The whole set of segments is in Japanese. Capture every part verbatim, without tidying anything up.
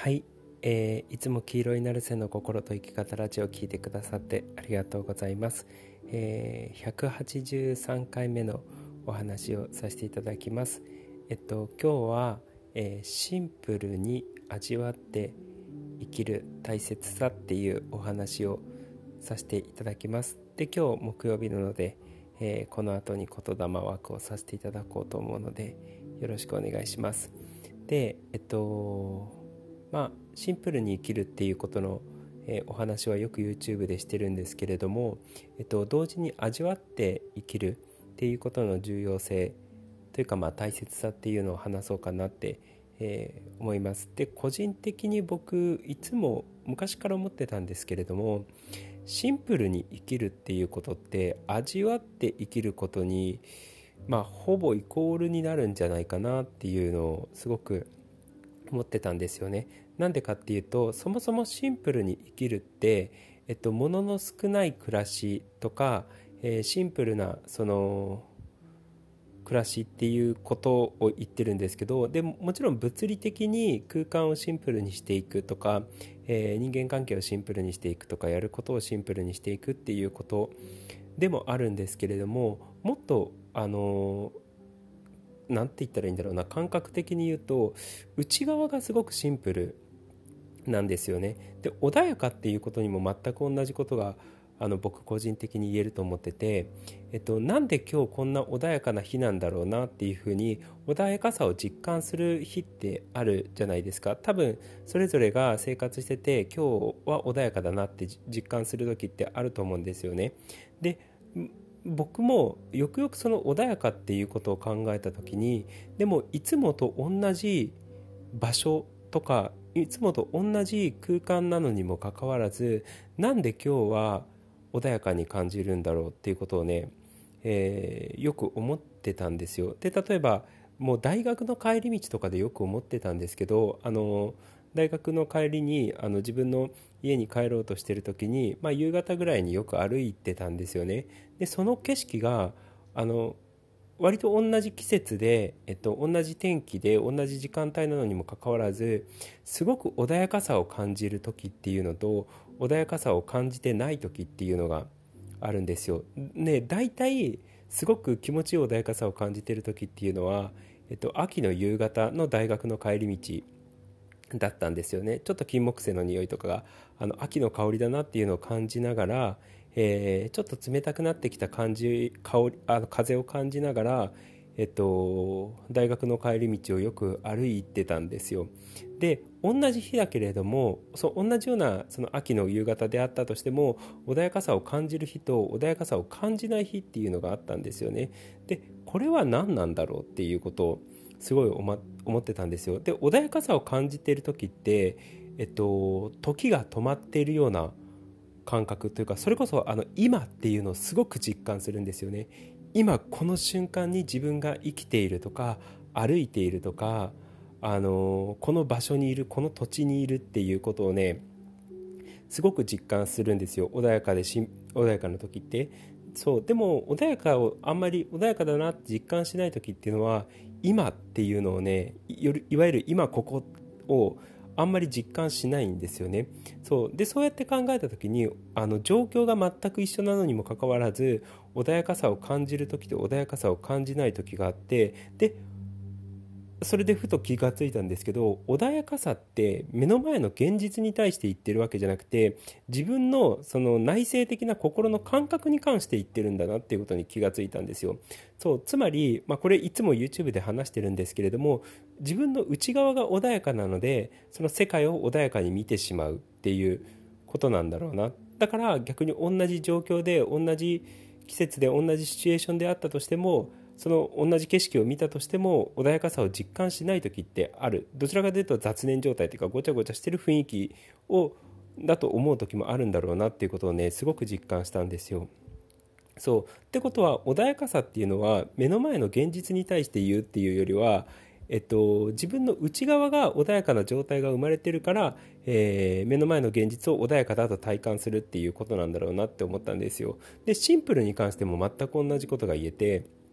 はい、えーいつも黄色いナルセの心と生き方ラジオを聞いてくださってありがとうございます。えーひゃくはちじゅうさんかいめのお話をさせていただきます。えっと今日は、えーシンプルに味わって生きる大切さっていうお話をさせていただきます。で、今日木曜日なので、えーこの後に言霊ワークをさせていただこうと思うので、よろしくお願いします。で、えっとまあシンプルに生きるっていうことの、えーお話はよく YouTube でしてるんですけれども、えっと、同時に味わって生きるっていうことの重要性というか、まあ大切さっていうのを話そうかなって、えー思います。で、個人的に僕いつも昔から思ってたんですけれども、シンプルに生きるっていうことって味わって生きることに、まあほぼイコールになるんじゃないかなっていうのをすごく思ってたんですよね。なんでかっていうと、そもそもシンプルに生きるって、えっと、物の少ない暮らしとか、えーシンプルなその暮らしっていうことを言ってるんですけど、でももちろん物理的に空間をシンプルにしていくとか、えー人間関係をシンプルにしていくとか、やることをシンプルにしていくっていうことでもあるんですけれども、もっとあのなんて言ったらいいんだろうな、感覚的に言うと内側がすごくシンプルなんですよね。で、穏やかっていうことにも全く同じことがあの僕個人的に言えると思ってて、えっと、なんで今日こんな穏やかな日なんだろうなっていうふうに穏やかさを実感する日ってあるじゃないですか。多分それぞれが生活してて今日は穏やかだなって実感する時ってあると思うんですよね。で、僕もよくよくその穏やかっていうことを考えた時に、でもいつもと同じ場所とかいつもと同じ空間なのにもかかわらず、なんで今日は穏やかに感じるんだろうっていうことをね、えーよく思ってたんですよ。で、例えばもう大学の帰り道とかでよく思ってたんですけど、あの大学の帰りにあの自分の家に帰ろうとしてる時に、まあ、夕方ぐらいによく歩いてたんですよね。で、その景色があの割と同じ季節で、えっと、同じ天気で同じ時間帯なのにもかかわらず、すごく穏やかさを感じる時っていうのと穏やかさを感じてない時っていうのがあるんですよ。ね、大体すごく気持ちいい穏やかさを感じてる時っていうのは、えっと、秋の夕方の大学の帰り道だったんですよね。ちょっと金木犀の匂いとかがあの秋の香りだなっていうのを感じながら、えーちょっと冷たくなってきた感じ香りあの風を感じながら、えっと、大学の帰り道をよく歩いてたんですよ。で、同じ日だけれども、そう同じようなその秋の夕方であったとしても、穏やかさを感じる日と穏やかさを感じない日っていうのがあったんですよね。で、これは何なんだろうっていうことをすごい思思ってたんですよ。で、穏やかさを感じている時って、えっと、時が止まっているような感覚というか、それこそあの今っていうのをすごく実感するんですよね。今この瞬間に自分が生きているとか歩いているとか、あのこの場所にいる、この土地にいるっていうことをね、すごく実感するんですよ。穏やかでしん穏やかな時って。そうでも穏やかをあんまり穏やかだなって実感しない時っていうのは、今っていうのをね、いいわゆる今ここをあんまり実感しないんですよね。そうで、そうやって考えた時に、あの状況が全く一緒なのにもかかわらず、穏やかさを感じる時と穏やかさを感じない時があって、でそれでふと気がついたんですけど、穏やかさって目の前の現実に対して言ってるわけじゃなくて、自分のその内省的な心の感覚に関して言ってるんだなっていうことに気がついたんですよ。そう、つまり、まあ、これいつも YouTube で話してるんですけれども、自分の内側が穏やかなので、その世界を穏やかに見てしまうっていうことなんだろうな。だから逆に同じ状況で同じ季節で同じシチュエーションであったとしても、その同じ景色を見たとしても穏やかさを実感しない時ってある。どちらかというと雑念状態というか、ごちゃごちゃしてる雰囲気をだと思う時もあるんだろうなっていうことをね、すごく実感したんですよ。そうってことは、穏やかさっていうのは目の前の現実に対して言うっていうよりは、えっと、自分の内側が穏やかな状態が生まれてるから、えー目の前の現実を穏やかだと体感するっていうことなんだろうなって思ったんですよ。で、シンプルに関しても全く同じことが言えて、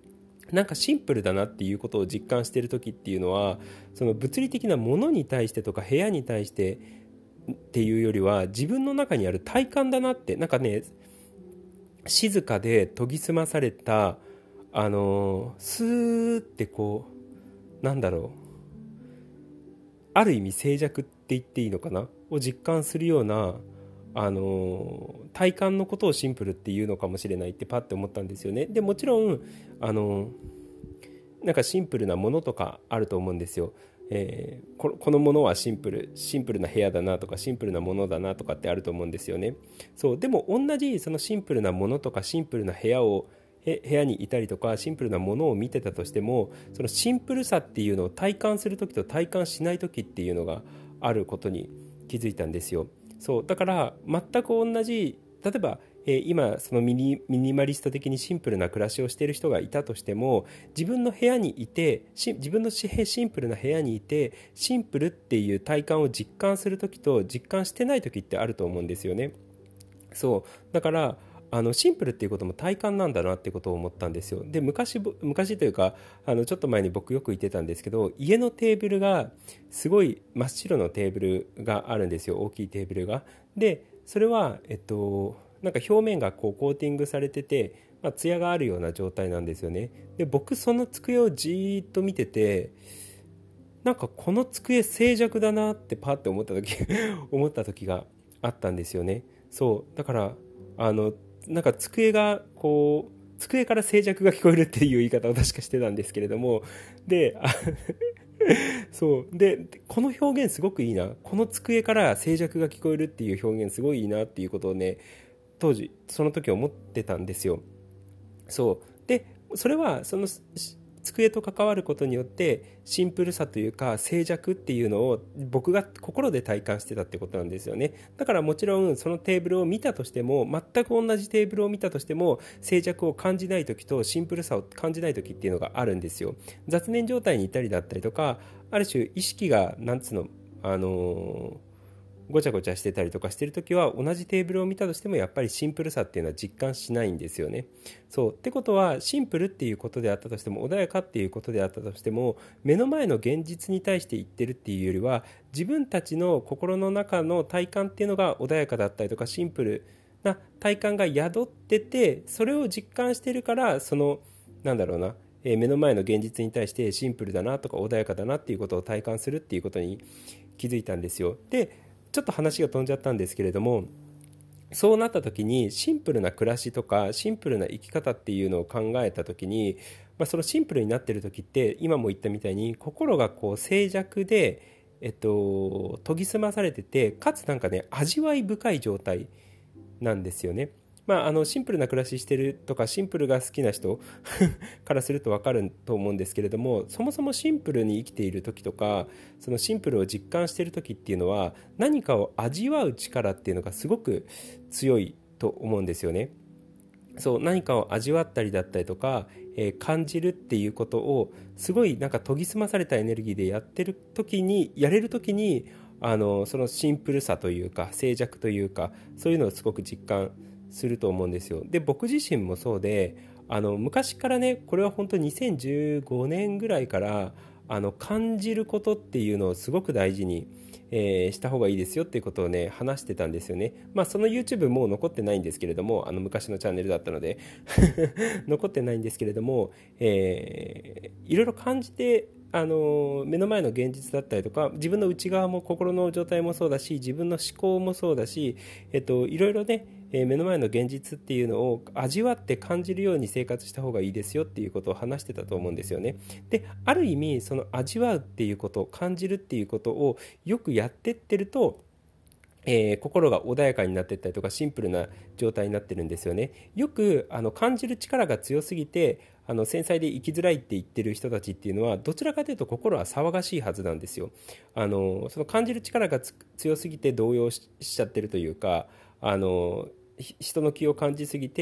なんかシンプルだなっていうことを実感している時っていうのは、その物理的なものに対してとか部屋に対してっていうよりは、自分の中にある体感だなって、なんかね、静かで研ぎ澄まされた、あのスーってこう、なんだろう、ある意味静寂って言っていいのかなを実感するような、あの体感のことをシンプルっていうのかもしれないってパッて思ったんですよね。でもちろん、あのなんかシンプルなものとかあると思うんですよ。えー、こ, このものはシンプルシンプルな部屋だなとか、シンプルなものだなとかってあると思うんですよね。そうでも同じそのシンプルなものとかシンプルな部屋を部屋にいたりとか、シンプルなものを見てたとしても、そのシンプルさっていうのを体感するときと体感しないときっていうのがあることに気づいたんですよ。そうだから全く同じ、例えば、えー、今そのミニ、ミニマリスト的にシンプルな暮らしをしている人がいたとしても、自分の部屋にいて自分のシンプルな部屋にいてシンプルっていう体感を実感するときと実感してないときってあると思うんですよね。そうだからあのシンプルっていうことも体感なんだなってことを思ったんですよ。で 昔, 昔というかあのちょっと前に僕よく言ってたんですけど、家のテーブルがすごい真っ白のテーブルがあるんですよ。大きいテーブルが。でそれはえっとなんか表面がこうコーティングされてて、まあ、艶があるような状態なんですよね。で僕その机をじーっと見てて、なんかこの机静寂だなってパッて思った時思った時があったんですよね。そうだからあのなんか机がこう机から静寂が聞こえるっていう言い方を確かしてたんですけれども、でそうでこの表現すごくいいな、この机から静寂が聞こえるっていう表現すごいいいなっていうことをね、当時その時思ってたんですよ。そうでそれはその机と関わることによってシンプルさというか静寂っていうのを僕が心で体感してたってことなんですよね。だからもちろんそのテーブルを見たとしても、全く同じテーブルを見たとしても静寂を感じない時とシンプルさを感じない時っていうのがあるんですよ。雑念状態にいたりだったりとか、ある種意識がなんつうのあのーごちゃごちゃしてたりとかしてるときは、同じテーブルを見たとしてもやっぱりシンプルさっていうのは実感しないんですよね。そうってことは、シンプルっていうことであったとしても、穏やかっていうことであったとしても、目の前の現実に対して言ってるっていうよりは、自分たちの心の中の体感っていうのが穏やかだったりとか、シンプルな体感が宿ってて、それを実感してるから、そのなんだろうな、えー目の前の現実に対してシンプルだなとか穏やかだなっていうことを体感するっていうことに気づいたんですよ。でちょっと話が飛んじゃったんですけれども、そうなった時にシンプルな暮らしとかシンプルな生き方っていうのを考えた時に、まあ、そのシンプルになってる時って今も言ったみたいに心がこう静寂で、えっと、研ぎ澄まされてて、かつなんかね味わい深い状態なんですよね。まあ、あのシンプルな暮らししてるとかシンプルが好きな人からすると分かると思うんですけれども、そもそもシンプルに生きている時とか、そのシンプルを実感している時っていうのは、何かを味わう力っていうのがすごく強いと思うんですよね。そう何かを味わったりだったりとか、えー感じるっていうことをすごいなんか研ぎ澄まされたエネルギーでやってる時にやれる時に、あのそのシンプルさというか静寂というか、そういうのをすごく実感すると思うんですよ。で僕自身もそうで、あの昔からね、これは本当ににせんじゅうごねんぐらいからあの感じることっていうのをすごく大事に、えーした方がいいですよっていうことをね話してたんですよね。まあその YouTube もう残ってないんですけれども、あの昔のチャンネルだったので残ってないんですけれども、えーいろいろ感じて、あの目の前の現実だったりとか、自分の内側も心の状態もそうだし、自分の思考もそうだし、えっと、いろいろね、えー目の前の現実っていうのを味わって感じるように生活した方がいいですよっていうことを話してたと思うんですよね。である意味その味わうっていうこと、感じるっていうことをよくやってってると、えー心が穏やかになっていったりとかシンプルな状態になってるんですよね。よくあの感じる力が強すぎてあの繊細で生きづらいって言ってる人たちっていうのは、どちらかというと心は騒がしいはずなんですよ。あのその感じる力がつ強すぎて動揺ししちゃってるというか、あのひ人の気を感じすぎて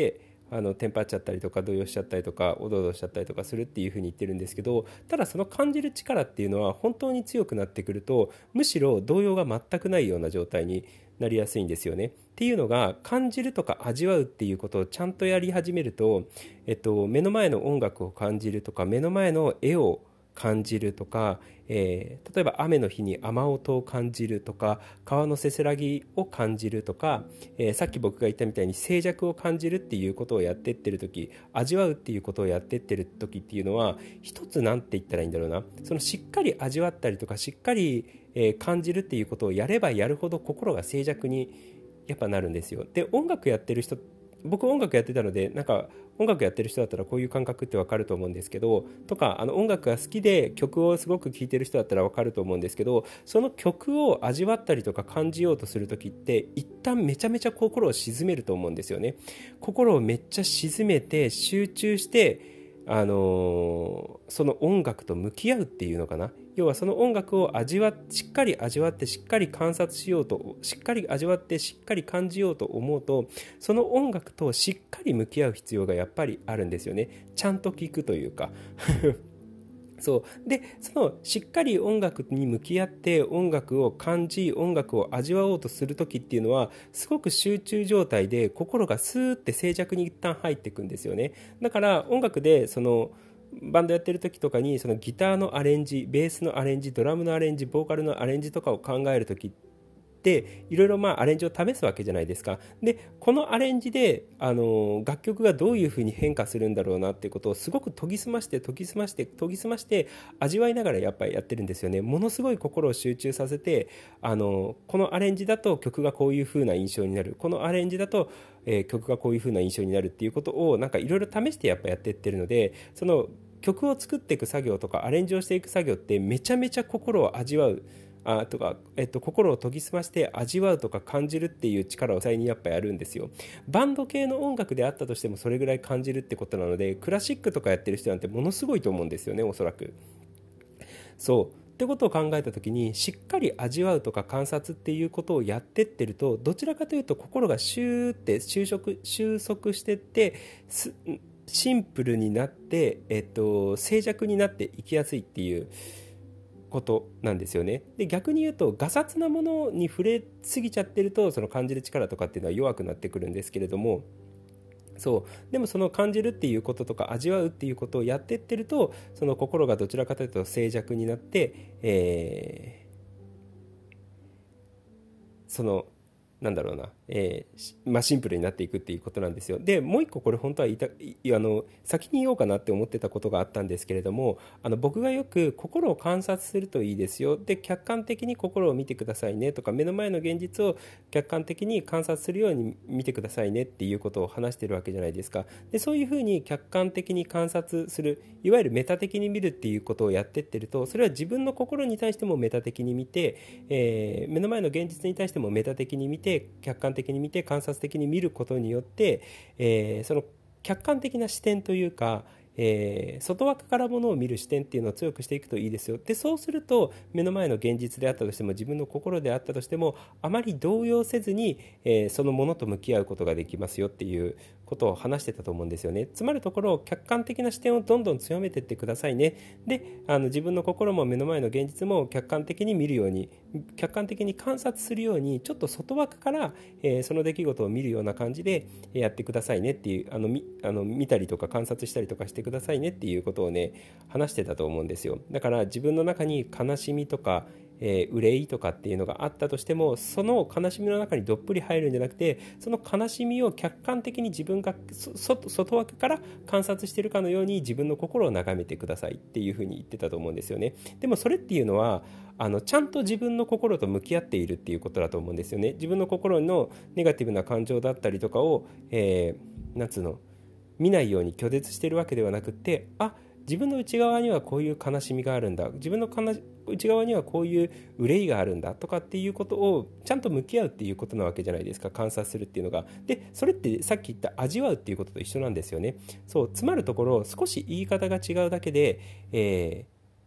あのテンパっちゃったりとか動揺しちゃったりとかおどおどしちゃったりとかするっていうふうに言ってるんですけど、ただその感じる力っていうのは本当に強くなってくるとむしろ動揺が全くないような状態になりやすいんですよね。っていうのが、感じるとか味わうっていうことをちゃんとやり始めると、えっと、目の前の音楽を感じるとか目の前の絵を感じるとか、えー、例えば雨の日に雨音を感じるとか川のせせらぎを感じるとか、えー、さっき僕が言ったみたいに静寂を感じるっていうことをやってってる時、味わうっていうことをやってってる時っていうのは、一つなんて言ったらいいんだろうな、そのしっかり味わったりとかしっかり、えー、感じるっていうことをやればやるほど心が静寂にやっぱなるんですよ。で、音楽やってる人、僕音楽やってたので、なんか音楽やってる人だったらこういう感覚ってわかると思うんですけど、とかあの音楽が好きで曲をすごく聴いてる人だったらわかると思うんですけど、その曲を味わったりとか感じようとするときって一旦めちゃめちゃ心を沈めると思うんですよね。心をめっちゃ沈めて集中して、あのーその音楽と向き合うっていうのかな。要はその音楽を味わしっかり味わってしっかり観察しようと、しっかり味わってしっかり感じようと思うと、その音楽としっかり向き合う必要がやっぱりあるんですよね。ちゃんと聞くというかそうで、そのしっかり音楽に向き合って音楽を感じ音楽を味わおうとする時っていうのは、すごく集中状態で心がスーって静寂に一旦入っていくんですよね。だから音楽でそのバンドやってる時とかに、そのギターのアレンジ、ベースのアレンジ、ドラムのアレンジ、ボーカルのアレンジとかを考える時っていろいろまあアレンジを試すわけじゃないですか。でこのアレンジであの楽曲がどういう風に変化するんだろうなっていうことをすごく研ぎ澄まして研ぎ澄まして研ぎ澄まして味わいながらやっぱりやってるんですよね。ものすごい心を集中させて、あのこのアレンジだと曲がこういう風な印象になる、このアレンジだと、えー曲がこういう風な印象になるっていうことをなんかいろいろ試してやっぱやってってるので、その曲を作っていく作業とかアレンジをしていく作業ってめちゃめちゃ心を味わうあとか、えっと、心を研ぎ澄まして味わうとか感じるっていう力を実際にやっぱやるんですよ。バンド系の音楽であったとしてもそれぐらい感じるってことなので、クラシックとかやってる人なんてものすごいと思うんですよね、おそらく。そうってことを考えた時に、しっかり味わうとか観察っていうことをやってってると、どちらかというと心がシューって収束収束してってすシンプルになって、えっと、静寂になっていきやすいっていうことなんですよね。で逆に言うと、ガサツなものに触れすぎちゃってると、その感じる力とかっていうのは弱くなってくるんですけれども、そうでもその感じるっていうこととか味わうっていうことをやってってると、その心がどちらかというと静寂になって、えーそのなんだろうな、えーまあ、シンプルになっていくっていうことなんですよ。でもう一個、これ本当は言いたいあの先に言おうかなって思ってたことがあったんですけれども、あの僕がよく心を観察するといいですよ、で客観的に心を見てくださいねとか、目の前の現実を客観的に観察するように見てくださいねっていうことを話してるわけじゃないですか。でそういうふうに客観的に観察する、いわゆるメタ的に見るっていうことをやってってると、それは自分の心に対してもメタ的に見て、えー目の前の現実に対してもメタ的に見て、客観的に見て観察的に見ることによって、えーその客観的な視点というか、えー外枠からものを見る視点っていうのを強くしていくといいですよ。でそうすると、目の前の現実であったとしても自分の心であったとしてもあまり動揺せずに、えーそのものと向き合うことができますよっていうことを話してたと思うんですよね。つまるところ、客観的な視点をどんどん強めていってくださいね。であの自分の心も目の前の現実も客観的に見るように、客観的に観察するように、ちょっと外枠から、えーその出来事を見るような感じでやってくださいねっていう、あのみあの見たりとか観察したりとかしてくださいねっていうことをね、話してたと思うんですよ。だから自分の中に悲しみとか、えー憂いとかっていうのがあったとしても、その悲しみの中にどっぷり入るんじゃなくて、その悲しみを客観的に自分がそ外外枠から観察しているかのように自分の心を眺めてくださいっていうふうに言ってたと思うんですよね。でもそれっていうのは、あのちゃんと自分の心と向き合っているっていうことだと思うんですよね。自分の心のネガティブな感情だったりとかを、えー、なんつうの見ないように拒絶しているわけではなくて、あ、自分の内側にはこういう悲しみがあるんだ、自分の内側にはこういう憂いがあるんだとかっていうことをちゃんと向き合うっていうことなわけじゃないですか、観察するっていうのが。でそれってさっき言った味わうっていうことと一緒なんですよね。そうつまるところ、少し言い方が違うだけで、えー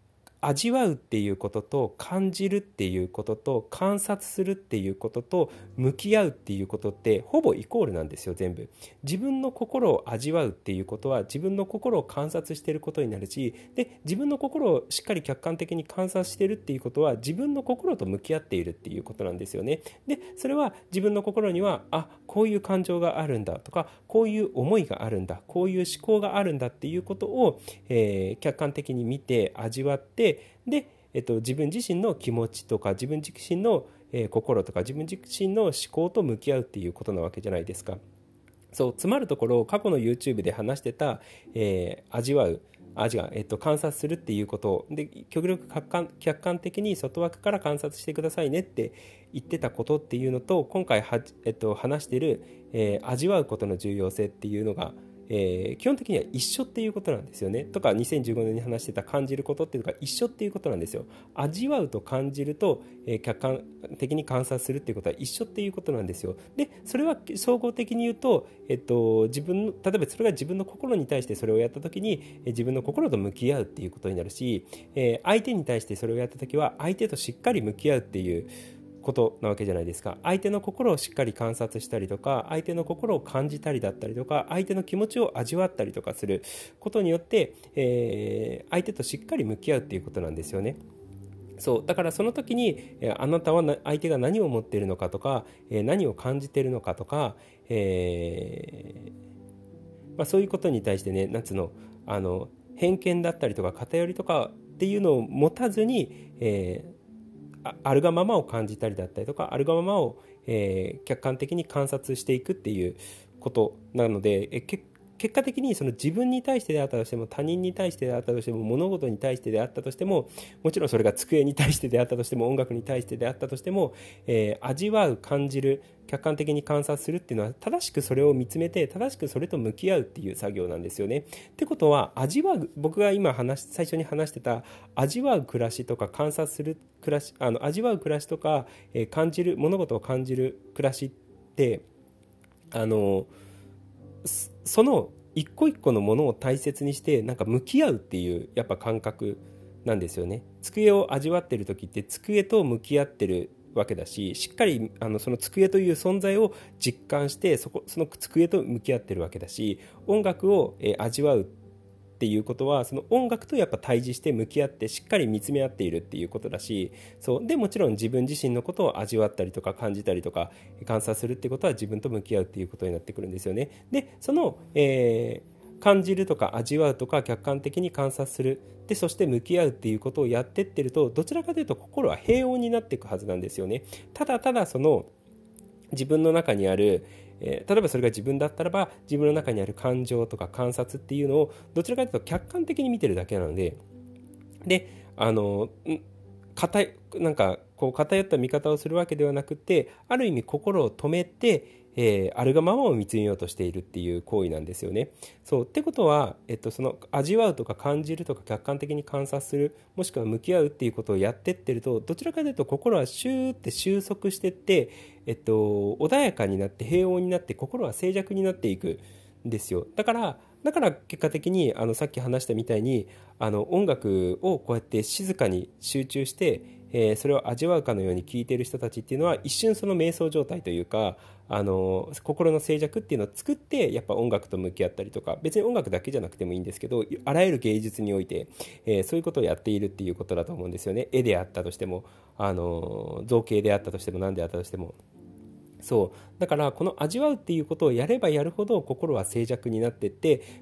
味わうっていうことと感じるっていうことと観察するっていうことと向き合うっていうことってほぼイコールなんですよ。全部自分の心を味わうっていうことは自分の心を観察していることになるし、で自分の心をしっかり客観的に観察しているっていうことは自分の心と向き合っているっていうことなんですよね。でそれは自分の心にはあこういう感情があるんだとか、こういう思いがあるんだ、こういう思考があるんだっていうことを、えー、客観的に見て味わって、で、えっと、自分自身の気持ちとか自分自身の、えー心とか自分自身の思考と向き合うっていうことなわけじゃないですか。そうつまるところ過去の YouTube で話してた、えー味わうあ違う、えっと、観察するっていうことで極力客観客観的に外枠から観察してくださいねって言ってたことっていうのと今回は、えっと、話している、えー味わうことの重要性っていうのが、えー基本的には一緒っていうことなんですよね。とかにせんじゅうごねんに話してた感じることっていうのが一緒っていうことなんですよ。味わうと感じると、えー客観的に観察するっていうことは一緒っていうことなんですよ。でそれは総合的に言うと、えっと、自分の例えばそれが自分の心に対してそれをやった時にえー自分の心と向き合うっていうことになるし、えー相手に対してそれをやった時は相手としっかり向き合うっていうことなわけじゃないですか。相手の心をしっかり観察したりとか、相手の心を感じたりだったりとか、相手の気持ちを味わったりとかすることによって、えー相手としっかり向き合うっていうことなんですよね。そうだからその時にえーあなたはな相手が何を持っているのかとか、えー何を感じているのかとか、えーまあ、そういうことに対してね、なんつうの、あの偏見だったりとか偏りとかっていうのを持たずに、えーああるがままを感じたりだったりとか、あるがままを、えー客観的に観察していくっていうことなので、えけ結果的にその自分に対してであったとしても、他人に対してであったとしても、物事に対してであったとしても、もちろんそれが机に対してであったとしても、音楽に対してであったとしても、えー味わう、感じる、客観的に観察するっていうのは正しくそれを見つめて正しくそれと向き合うっていう作業なんですよね。ってことは味わう、僕が今話最初に話してた味わう暮らしとか観察する暮らし、あの味わう暮らしとか、えー感じる物事を感じる暮らしってあのその一個一個のものを大切にしてなんか向き合うっていうやっぱ感覚なんですよね。机を味わってる時って机と向き合ってるわけだし、しっかりあのその机という存在を実感してそこその机と向き合ってるわけだし、音楽を、えー味わうっていうことはその音楽とやっぱ対峙して向き合ってしっかり見つめ合っているっていうことだし、そうでもちろん自分自身のことを味わったりとか感じたりとか観察するっていうことは自分と向き合うっていうことになってくるんですよね。でその、えー感じるとか味わうとか客観的に観察する、でそして向き合うっていうことをやってってるとどちらかというと心は平穏になっていくはずなんですよね。ただただその自分の中にある、えー例えばそれが自分だったらば自分の中にある感情とか観察っていうのをどちらかというと客観的に見てるだけなので、であの偏なんかこう偏った見方をするわけではなくて、ある意味心を止めて、えーあるがままを見つめようとしているっていう行為なんですよね。そうってことは、えっと、その味わうとか感じるとか客観的に観察する、もしくは向き合うっていうことをやってってるとどちらかというと心はシューって収束してって、えっと、穏やかになって平穏になって心は静寂になっていくんですよ。だからだから結果的にあのさっき話したみたいにあの音楽をこうやって静かに集中して、えーそれを味わうかのように聴いている人たちっていうのは一瞬その瞑想状態というか、あの心の静寂っていうのを作ってやっぱ音楽と向き合ったりとか、別に音楽だけじゃなくてもいいんですけど、あらゆる芸術において、えーそういうことをやっているっていうことだと思うんですよね。絵であったとしても、あの造形であったとしても何であったとしても。そうだからこの味わうっていうことをやればやるほど心は静寂になっていって、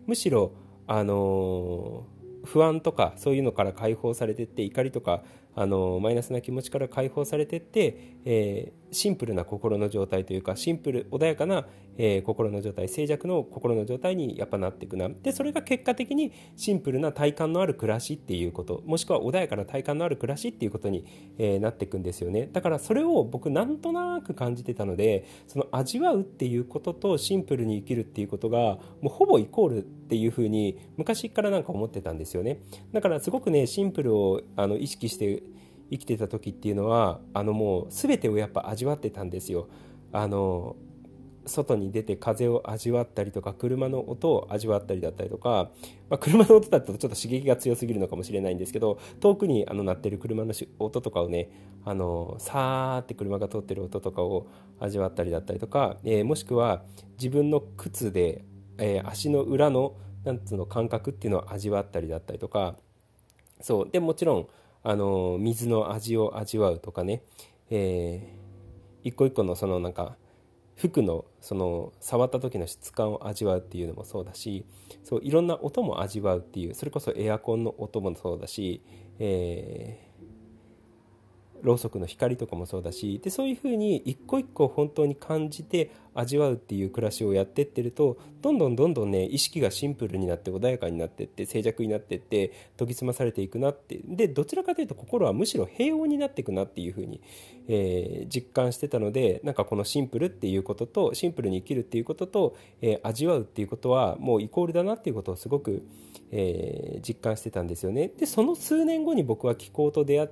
むしろあのー不安とかそういうのから解放されていって、怒りとか、あのーマイナスな気持ちから解放されていって、えーシンプルな心の状態というか、シンプル穏やかな、えー心の状態、静寂の心の状態にやっぱなっていくな。でそれが結果的にシンプルな体感のある暮らしっていうこと、もしくは穏やかな体感のある暮らしっていうことに、えーなっていくんですよね。だからそれを僕なんとなく感じてたので、その味わうっていうこととシンプルに生きるっていうことがもうほぼイコールっていうふうに昔からなんか思ってたんですよね。だからすごくねシンプルをあの意識して生きてた時っていうのはあのもう全てをやっぱ味わってたんですよ。あの外に出て風を味わったりとか、車の音を味わったりだったりとか、まあ、車の音だとちょっと刺激が強すぎるのかもしれないんですけど、遠くにあの鳴ってる車の音とかをね、あのさーって車が通ってる音とかを味わったりだったりとか、えー、もしくは自分の靴で、えー、足の裏のなんつうの感覚っていうのを味わったりだったりとか、そうでもちろんあの水の味を味わうとかね、えー、一個一個のそのなんか服のその触った時の質感を味わうっていうのもそうだし、そういろんな音も味わうっていう、それこそエアコンの音もそうだし、えーろうそくの光とかもそうだし、でそういうふうに一個一個本当に感じて味わうっていう暮らしをやってってると、どんどんどんどんね意識がシンプルになって穏やかになってって静寂になってって研ぎ澄まされていくなって、でどちらかというと心はむしろ平穏になっていくなっていうふうに、えー実感してたので、なんかこのシンプルっていうこととシンプルに生きるっていうことと、えー味わうっていうことはもうイコールだなっていうことをすごく、えー実感してたんですよね。でその数年後に僕は気候と出会って、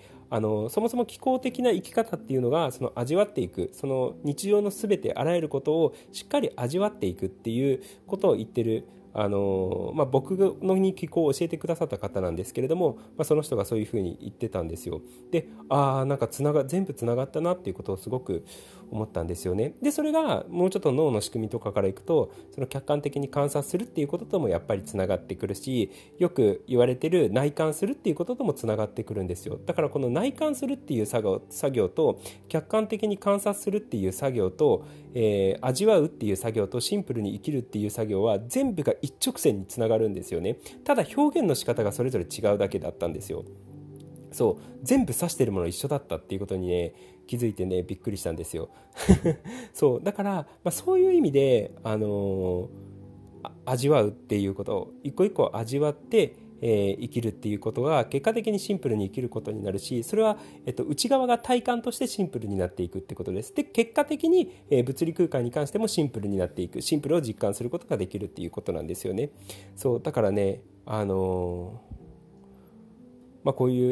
あのそもそも気候的な生き方っていうのが、その味わっていく、その日常のすべてあらゆることをしっかり味わっていくっていうことを言ってる、あのまあ、僕のに気候を教えてくださった方なんですけれども、まあ、その人がそういうふうに言ってたんですよ。で、ああなんかつなが全部つながったなっていうことをすごく思ったんですよね。でそれがもうちょっと脳の仕組みとかからいくと、その客観的に観察するっていうことともやっぱりつながってくるし、よく言われてる内観するっていうことともつながってくるんですよ。だからこの内観するっていう作業、作業と客観的に観察するっていう作業と、えー味わうっていう作業とシンプルに生きるっていう作業は全部が一直線につながるんですよね。ただ表現の仕方がそれぞれ違うだけだったんですよ。そう全部指してるもの一緒だったっていうことにね気づいてねびっくりしたんですよ。そうだから、まあ、そういう意味で、あのー味わうっていうことを一個一個味わって、えー生きるっていうことが結果的にシンプルに生きることになるし、それは、えっと、内側が体感としてシンプルになっていくってことです。で結果的に、えー物理空間に関してもシンプルになっていく、シンプルを実感することができるっていうことなんですよね。そうだからね、あのーまあ、こういう、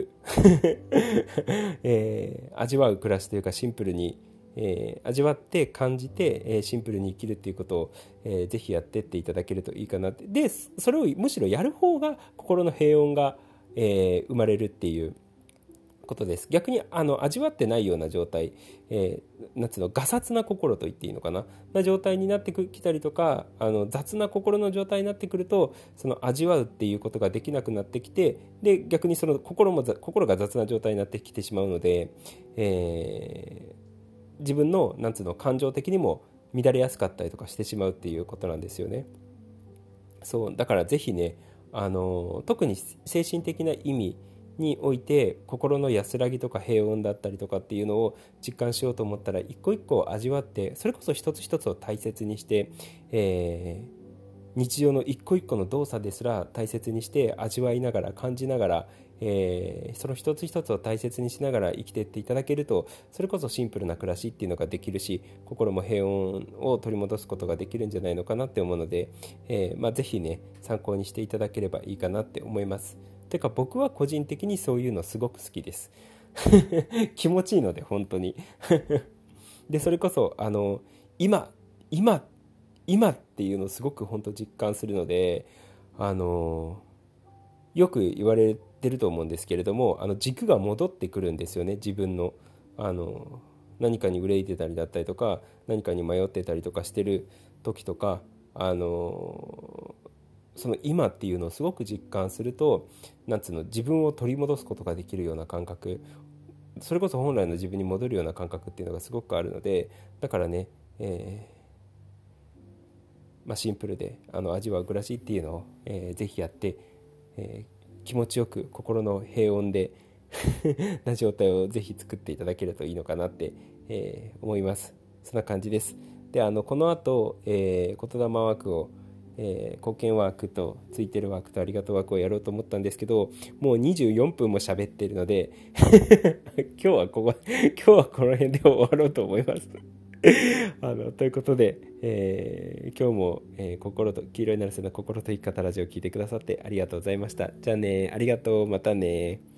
えー味わう暮らしというかシンプルに、えー味わって感じて、えーシンプルに生きるっていうことを、えーぜひやってっていただけるといいかなって。でそれをむしろやる方が心の平穏が、えー生まれるっていうことです。逆にあの味わってないような状態、えー、なんつうのガサツな心と言っていいのかなな状態になってきたりとか、あの雑な心の状態になってくると、その味わうっていうことができなくなってきて、で逆にその心も心が雑な状態になってきてしまうので、えー自分のなんつうの感情的にも乱れやすかったりとかしてしまうっていうことなんですよね。そうだからぜひね、あの特に精神的な意味において心の安らぎとか平穏だったりとかっていうのを実感しようと思ったら、一個一個味わって、それこそ一つ一つを大切にして、えー日常の一個一個の動作ですら大切にして味わいながら感じながら、えーその一つ一つを大切にしながら生きていっていただけると、それこそシンプルな暮らしっていうのができるし、心も平穏を取り戻すことができるんじゃないのかなって思うので、えーまあ、ぜひね参考にしていただければいいかなって思います。てか僕は個人的にそういうのすごく好きです気持ちいいので本当にでそれこそあの今今今っていうのをすごく本当実感するので、あのよく言われてると思うんですけれども、あの軸が戻ってくるんですよね。自分の、あの何かに憂いてたりだったりとか、何かに迷ってたりとかしてる時とか、あのその今っていうのをすごく実感すると、なんつうの自分を取り戻すことができるような感覚、それこそ本来の自分に戻るような感覚っていうのがすごくあるので、だからね、えーまあ、シンプルであの味わう暮らしっていうのを、えーぜひやって、えー気持ちよく心の平穏でな状態をぜひ作っていただけるといいのかなって、えー思います。そんな感じです。であのこの後、えー言霊ワークを、えー貢献ワークとついてるワークとありがとうワークをやろうと思ったんですけど、もうにじゅうよんぷんも喋ってるので今日はここ今日はこの辺で終わろうと思いますあのということで、えー今日も、えー心と黄色いナルセの心と生き方ラジオを聞いてくださってありがとうございました。じゃあね、ありがとう、またね。